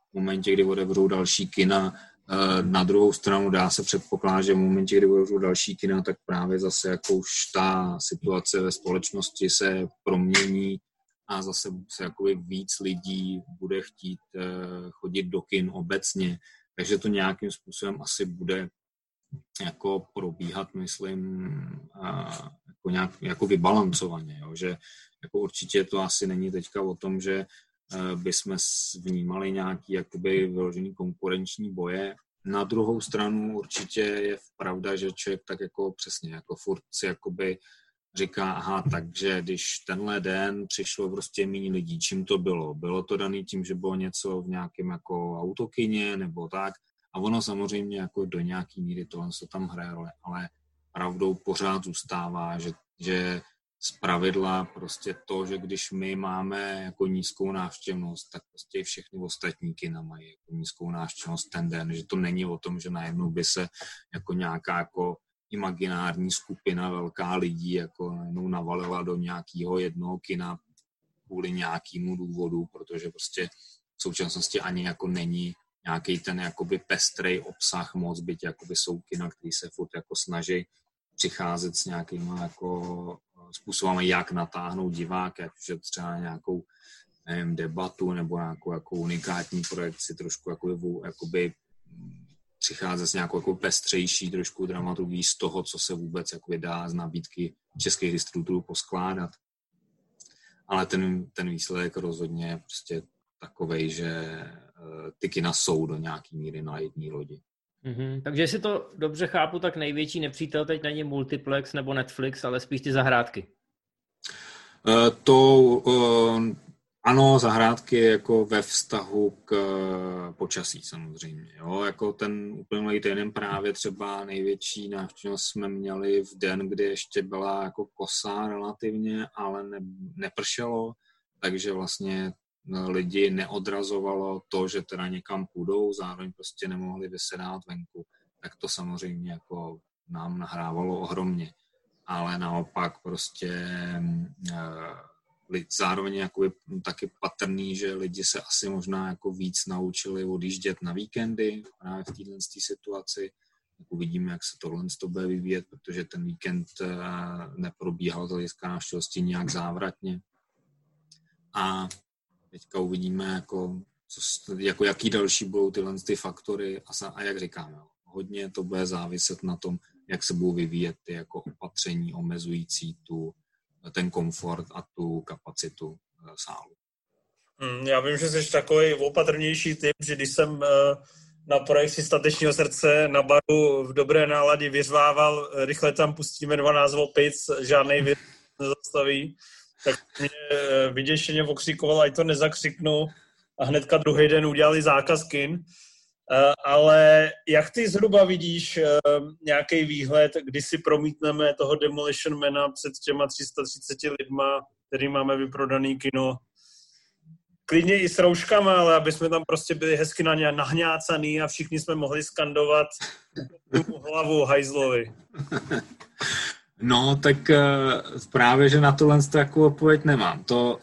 v momentě, kdy otevřou další kina. Na druhou stranu dá se předpokládat, že v momentě, kdy otevřou další kina, tak právě zase jako už ta situace ve společnosti se promění a zase se jakoby víc lidí bude chtít chodit do kin obecně. Takže to nějakým způsobem asi bude jako probíhat, myslím, jako nějak jako vybalancovaně, jo? Že jako určitě to asi není teďka o tom, že bychom vnímali nějaký jakoby vyložený konkurenční boje. Na druhou stranu určitě je pravda, že člověk tak jako přesně jako furt si jakoby říká, aha, takže když tenhle den přišlo prostě méně lidí, čím to bylo? Bylo to daný tím, že bylo něco v nějakém jako autokyně nebo tak? A ono samozřejmě jako do nějaký míry tohle se tam hraje, ale pravdou pořád zůstává, že zpravidla prostě to, že když my máme jako nízkou návštěvnost, tak prostě všechny ostatní kina mají jako nízkou návštěvnost ten den, že to není o tom, že najednou by se jako nějaká jako imaginární skupina velká lidí jako najednou navalila do nějakého jednoho kina kvůli nějakému důvodu, protože prostě v současnosti ani jako není nějaký ten jakoby pestrej obsah moc, byť jakoby jsou kina, který se furt jako snaží přicházet s nějakýma jako způsobami, jak natáhnout diváka, ať už je třeba nějakou nevím, debatu nebo nějakou jako unikátní projekci, trošku jakoby přicházet s nějakou jako pestřejší trošku dramaturgií z toho, co se vůbec jakoby dá z nabídky českých distributorů poskládat. Ale ten výsledek rozhodně je prostě takovej, že ty kina jsou do nějaký míry na jedné lodi. Takže jestli to dobře chápu, tak největší nepřítel teď není multiplex nebo Netflix, ale spíš ty zahrádky. Ano, zahrádky jako ve vztahu k počasí samozřejmě. Jo? Jako ten uplynulý týden právě třeba největší návštěvnost jsme měli v den, kdy ještě byla jako kosa relativně, ale nepršelo, takže vlastně lidi neodrazovalo to, že teda někam půjdou, zároveň prostě nemohli vysedat venku, tak to samozřejmě jako nám nahrávalo ohromně. Ale naopak prostě zároveň jako je taky patrný, že lidi se asi možná jako víc naučili odjíždět na víkendy právě v této situaci. Uvidíme, jak se tohle bude vyvíjet, protože ten víkend neprobíhal z hlediska návštěvnosti nějak závratně. A teďka uvidíme, jako jaký další budou tyhle ty faktory a jak říkáme, hodně to bude záviset na tom, jak se budou vyvíjet ty jako opatření omezující ten komfort a tu kapacitu sálu. Já vím, že jsi takový opatrnější typ, že když jsem na projekci Statečního srdce na baru v dobré náladě vyřvával, rychle tam pustíme 12 opic, žádnej věc nezastaví, tak mě vyděšeně okřikoval, ať to nezakřiknu a hnedka druhý den udělali zákaz kin. Ale jak ty zhruba vidíš nějaký výhled, kdy si promítneme toho Demolition Mana před těma 330 lidma, který máme vyprodaný kino? Klidně i s rouškama, ale aby jsme tam prostě byli hezky nahňácaný a všichni jsme mohli skandovat tu hlavu hajzlovi. No, tak právě, že na tohle takovou odpověď nemám.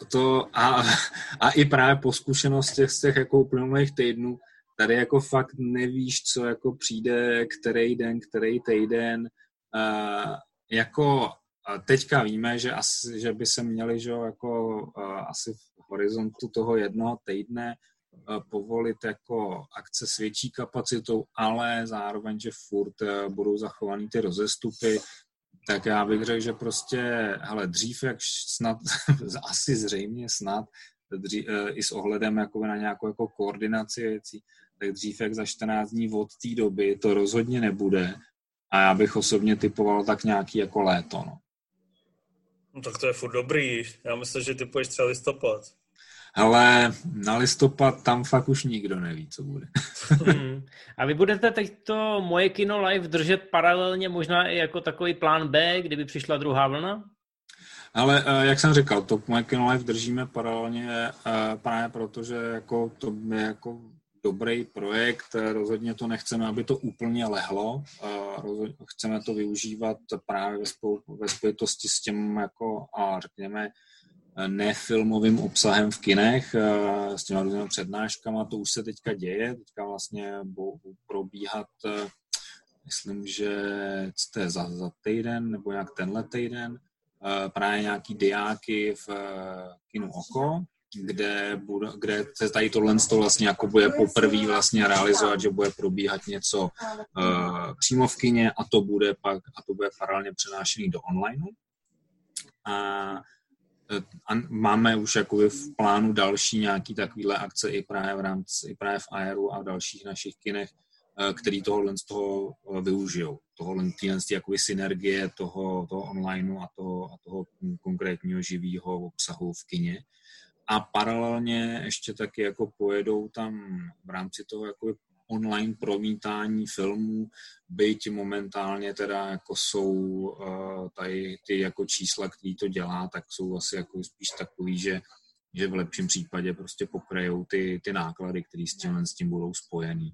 A i právě po zkušenostech z těch jako uplynulých týdnů, tady jako fakt nevíš, co jako přijde, který týden. Jako teďka víme, že by se měli, že jako asi v horizontu toho jednoho týdne povolit jako akce s větší kapacitou, ale zároveň, že furt budou zachovaný ty rozestupy. Tak já bych řekl, že prostě, hele, dřív jak snad, asi zřejmě snad, i s ohledem na nějakou jako koordinaci věcí, tak dřív jak za 14 dní od té doby to rozhodně nebude. A já bych osobně typoval tak nějaký jako léto, no. No tak to je furt dobrý. Já myslím, že typuješ třeba listopad. Ale na listopad tam fakt už nikdo neví, co bude. A vy budete teď to Moje kino live držet paralelně možná i jako takový plán B, kdyby přišla druhá vlna? Ale jak jsem říkal, to Moje kino live držíme paralelně právě protože jako to je jako dobrý projekt, rozhodně to nechceme, aby to úplně lehlo, chceme to využívat právě ve spojitosti s těm jako, řekněme, nefilmovým obsahem v kinech, s těma různými přednáškama, to už se teďka děje, teďka vlastně budou probíhat, myslím, že to je za týden, nebo nějak tenhle týden, právě nějaký diáky v kinu Oko, kde se tady tohle vlastně jako bude poprvé vlastně realizovat, že bude probíhat něco přímo v kině a to bude paralelně přenášený do onlineu. A máme už jakoby v plánu další nějaký takovýhle akce i právě v Aeru a v dalších našich kinech, který tohohle z toho využijou. Tohohle jakoby synergie toho onlineu a toho konkrétního živého obsahu v kině. A paralelně ještě taky jako pojedou tam v rámci toho jakoby online promítání filmů, byť momentálně teda jako jsou tady ty jako čísla, který to dělá, tak jsou asi jako spíš takový, že v lepším případě prostě pokrajou ty náklady, které s tím budou spojený.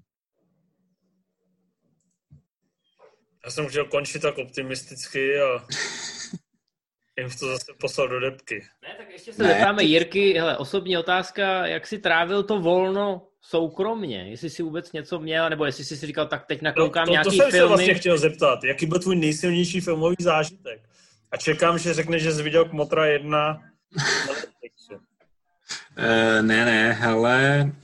Já jsem chtěl končit tak optimisticky a jim to zase poslal do depky. Ne, tak ještě se zeptáme Jirky, hele, osobní otázka, jak jsi trávil to volno soukromně, jestli jsi vůbec něco měl, nebo jestli jsi si říkal, tak teď nakoukám nějaký filmy. To jsem se vlastně chtěl zeptat, jaký byl tvůj nejsilnější filmový zážitek? A čekám, že řekneš, že jsi viděl Kmotra 1. Ne, hele,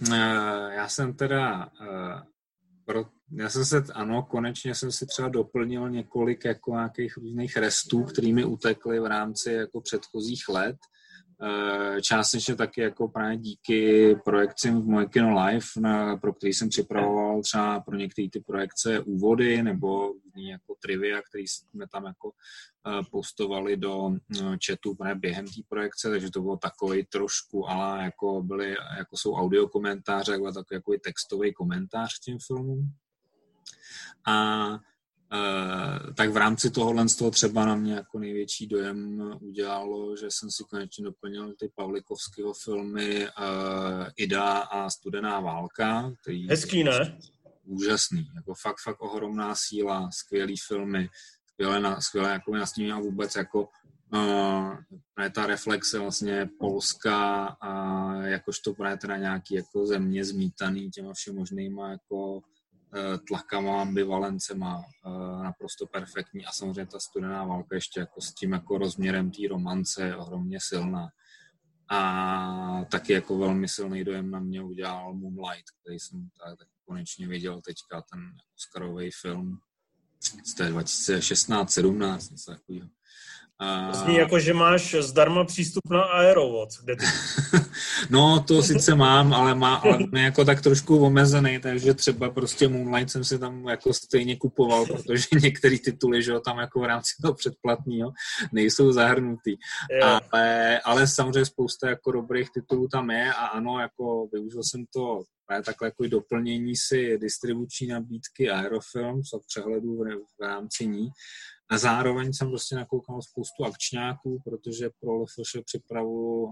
konečně jsem si třeba doplnil několik jako nějakých různých restů, který mi utekly v rámci jako předchozích let. Částečně taky jako právě díky projekcím v Moje Kino Live, pro který jsem připravoval třeba pro některé ty projekce úvody nebo jako trivia, který jsme tam jako postovali do chatu během té projekce, takže to bylo takový trošku, ale jako jsou audio komentáře, jako takový jako textový komentář k těm filmům. A tak v rámci tohohle z toho třeba na mě jako největší dojem udělalo, že jsem si konečně doplnil ty Pavlikovského filmy Ida a Studená válka. Hezký, ne? Úžasný, jako fakt ohromná síla, skvělý filmy, skvělé jako nastínění a vůbec jako ta reflexe vlastně Polska a jakožto právě teda nějaký jako země zmítaný těma všemožnýma jako tlakama, ambivalencema, naprosto perfektní a samozřejmě ta Studená válka ještě jako s tím jako rozměrem té romance je ohromně silná. A taky jako velmi silný dojem na mě udělal Moonlight, který jsem tak konečně viděl teďka, ten Oscarový film z té 2016-17, něco takového. Zní jako, že máš zdarma přístup na Aerovod. Kde ty... No, to sice mám, ale mě jako tak trošku omezený, takže třeba prostě Moonlight jsem si tam jako stejně kupoval, protože některé tituly, že jo, tam jako v rámci toho předplatného nejsou zahrnutý. Ale samozřejmě spousta jako dobrých titulů tam je a ano, jako využil jsem to takhle jako doplnění si distribuční nabídky Aerofilm z přehledů v rámci ní. A zároveň jsem prostě nakoukal spoustu akčňáků, protože pro LFŠ připravuju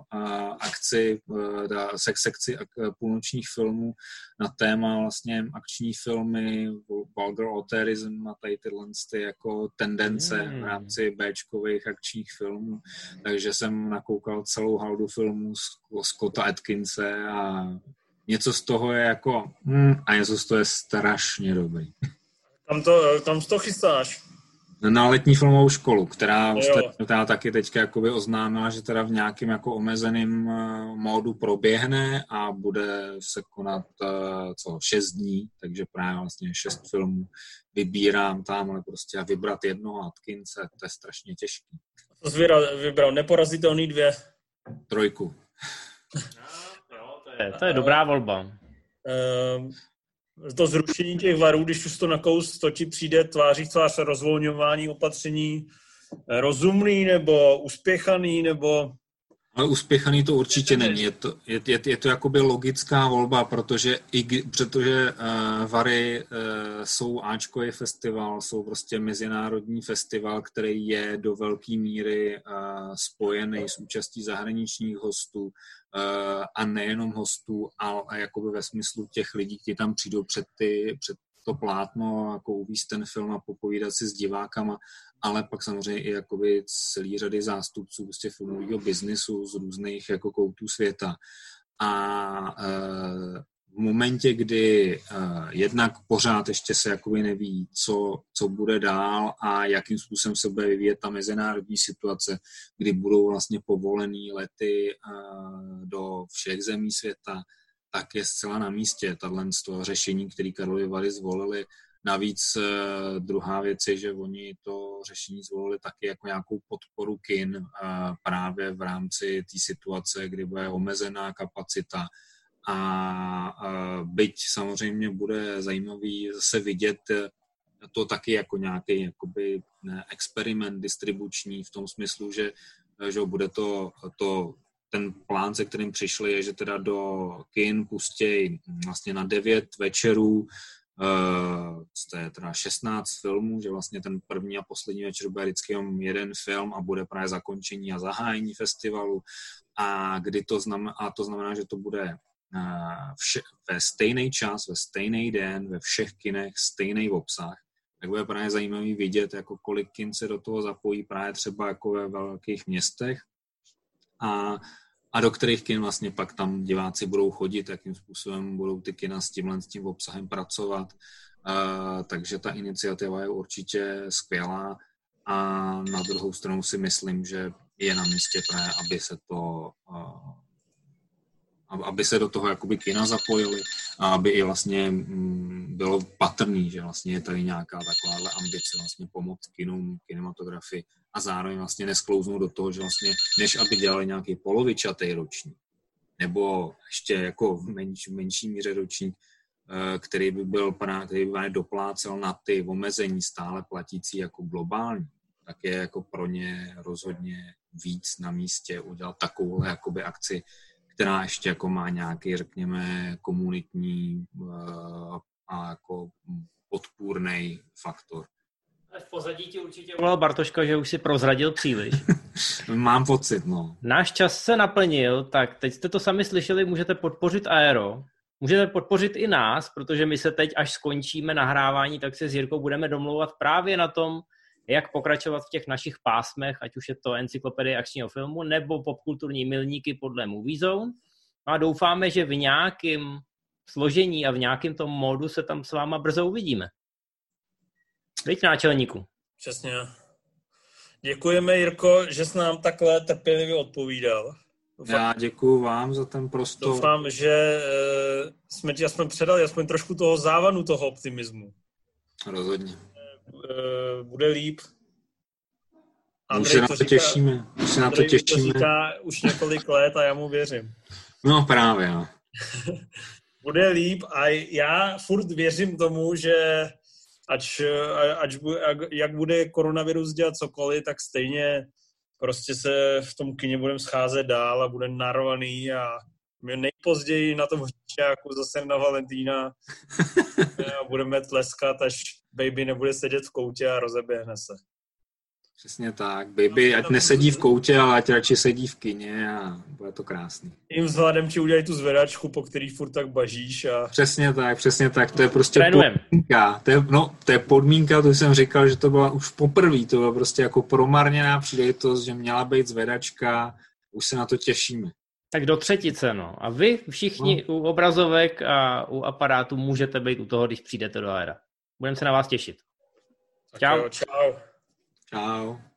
sekci půlnočních filmů na téma vlastně akční filmy, vulgar auterism a tady tyhle jako tendence v rámci Bčkových akčních filmů. Takže jsem nakoukal celou haldu filmů Scotta Atkinse a něco z toho je jako a něco z toho je strašně dobrý. Tam to chystáš? Na letní filmovou školu, která taky teďka jakoby oznámila, že teda v nějakým jako omezeným módu proběhne a bude se konat 6 dní, takže právě vlastně 6 filmů vybírám tam, ale prostě a vybrat jednoho Atkinse, to je strašně těžký. To jsi vybral Neporazitelný 2. 3. To je dobrá volba. To zrušení těch varů, když už to nakous, to ti přijde tváří v tvář rozvolňování opatření rozumný nebo uspěchaný, nebo... Ale uspěchaný to určitě není. Je to jakoby logická volba, protože Vary jsou áčkový festival, jsou prostě mezinárodní festival, který je do velké míry spojený s účastí zahraničních hostů a nejenom hostů, ale jakoby ve smyslu těch lidí, kteří tam přijdou před to plátno, jako uvízt ten film a popovídat si s divákama ale pak samozřejmě i jakoby celý řady zástupců prostě filmového biznisu z různých jako koutů světa. A v momentě, kdy jednak pořád ještě se jakoby neví, co bude dál a jakým způsobem se bude vyvíjet ta mezinárodní situace, kdy budou vlastně povolený lety do všech zemí světa, tak je zcela na místě tato řešení, které Karlovy Vary zvolili. Navíc druhá věc je, že oni to řešení zvolili taky jako nějakou podporu kin právě v rámci té situace, kdy bude omezená kapacita. A byť samozřejmě bude zajímavý zase vidět to taky jako nějaký jakoby experiment distribuční v tom smyslu, že bude to ten plán, se kterým přišli, je, že teda do kin pustějí vlastně na 9 večerů, to je teda 16 filmů, že vlastně ten první a poslední večer bude vždycky jenom jeden film a bude právě zakončení a zahájení festivalu. A to znamená, že to bude ve stejný čas, ve stejný den, ve všech kinech stejný obsah. Tak bude právě zajímavý vidět, jako kolik kin se do toho zapojí právě třeba jako ve velkých městech a do kterých kin vlastně pak tam diváci budou chodit, jakým způsobem budou ty kina s tím obsahem pracovat. Takže ta iniciativa je určitě skvělá a na druhou stranu si myslím, že je na místě právě, aby se do toho jakoby kina zapojili a aby i vlastně bylo patrný, že vlastně je tady nějaká takováhle ambice vlastně pomoct kinům, kinematografii a zároveň vlastně nesklouznout do toho, že vlastně než aby dělali nějaký polovičatý ročník nebo ještě jako v menší míře ročník, který by doplácel na ty omezení stále platící jako globální, tak je jako pro ně rozhodně víc na místě udělat takovouhle jakoby akci, která ještě jako má nějaký, řekněme, komunitní a jako podpůrný faktor. V pozadí ti určitě volal Bartoška, že už si prozradil příliš. Mám pocit, no. Náš čas se naplnil, tak teď jste to sami slyšeli, můžete podpořit Aero. Můžete podpořit i nás, protože my se teď, až skončíme nahrávání, tak se s Jirkou budeme domlouvat právě na tom, jak pokračovat v těch našich pásmech, ať už je to encyklopedie akčního filmu, nebo popkulturní milníky podle Movie Zone. A doufáme, že v nějakém složení a v nějakém tom módu se tam s váma brzo uvidíme. Víď, náčelníku. Přesně. Děkujeme, Jirko, že jsi nám takhle trpělivě odpovídal. Já děkuju vám za ten prostor. Doufám, že jsme ti aspoň předali aspoň trošku toho závanu, toho optimismu. Rozhodně. Bude líp. Už se na to těšíme. Andrej to říká už několik let a já mu věřím. No právě, no. Bude líp a já furt věřím tomu, že jak bude koronavirus dělat cokoliv, tak stejně prostě se v tom kině budeme scházet dál a bude narvaný a my nejpozději na tom hřišťáku zase na Valentína a budeme tleskat, až baby nebude sedět v koutě a rozeběhne se. Přesně tak. Baby ať nesedí v koutě, ale ať radši sedí v kině a bude to krásný. Tím vzhledem ti udělají tu zvedačku, po který furt tak bažíš. A... Přesně tak. To je prostě podmínka. To je podmínka, to jsem říkal, že to byla už poprvé. To byla prostě jako promarněná příležitost, že měla být zvedačka. Už se na to těšíme. Tak do třetice, no. A vy všichni u obrazovek a u aparátu můžete být u toho, když přijdete do Aera. Budeme se na vás těšit. Čau. Čau.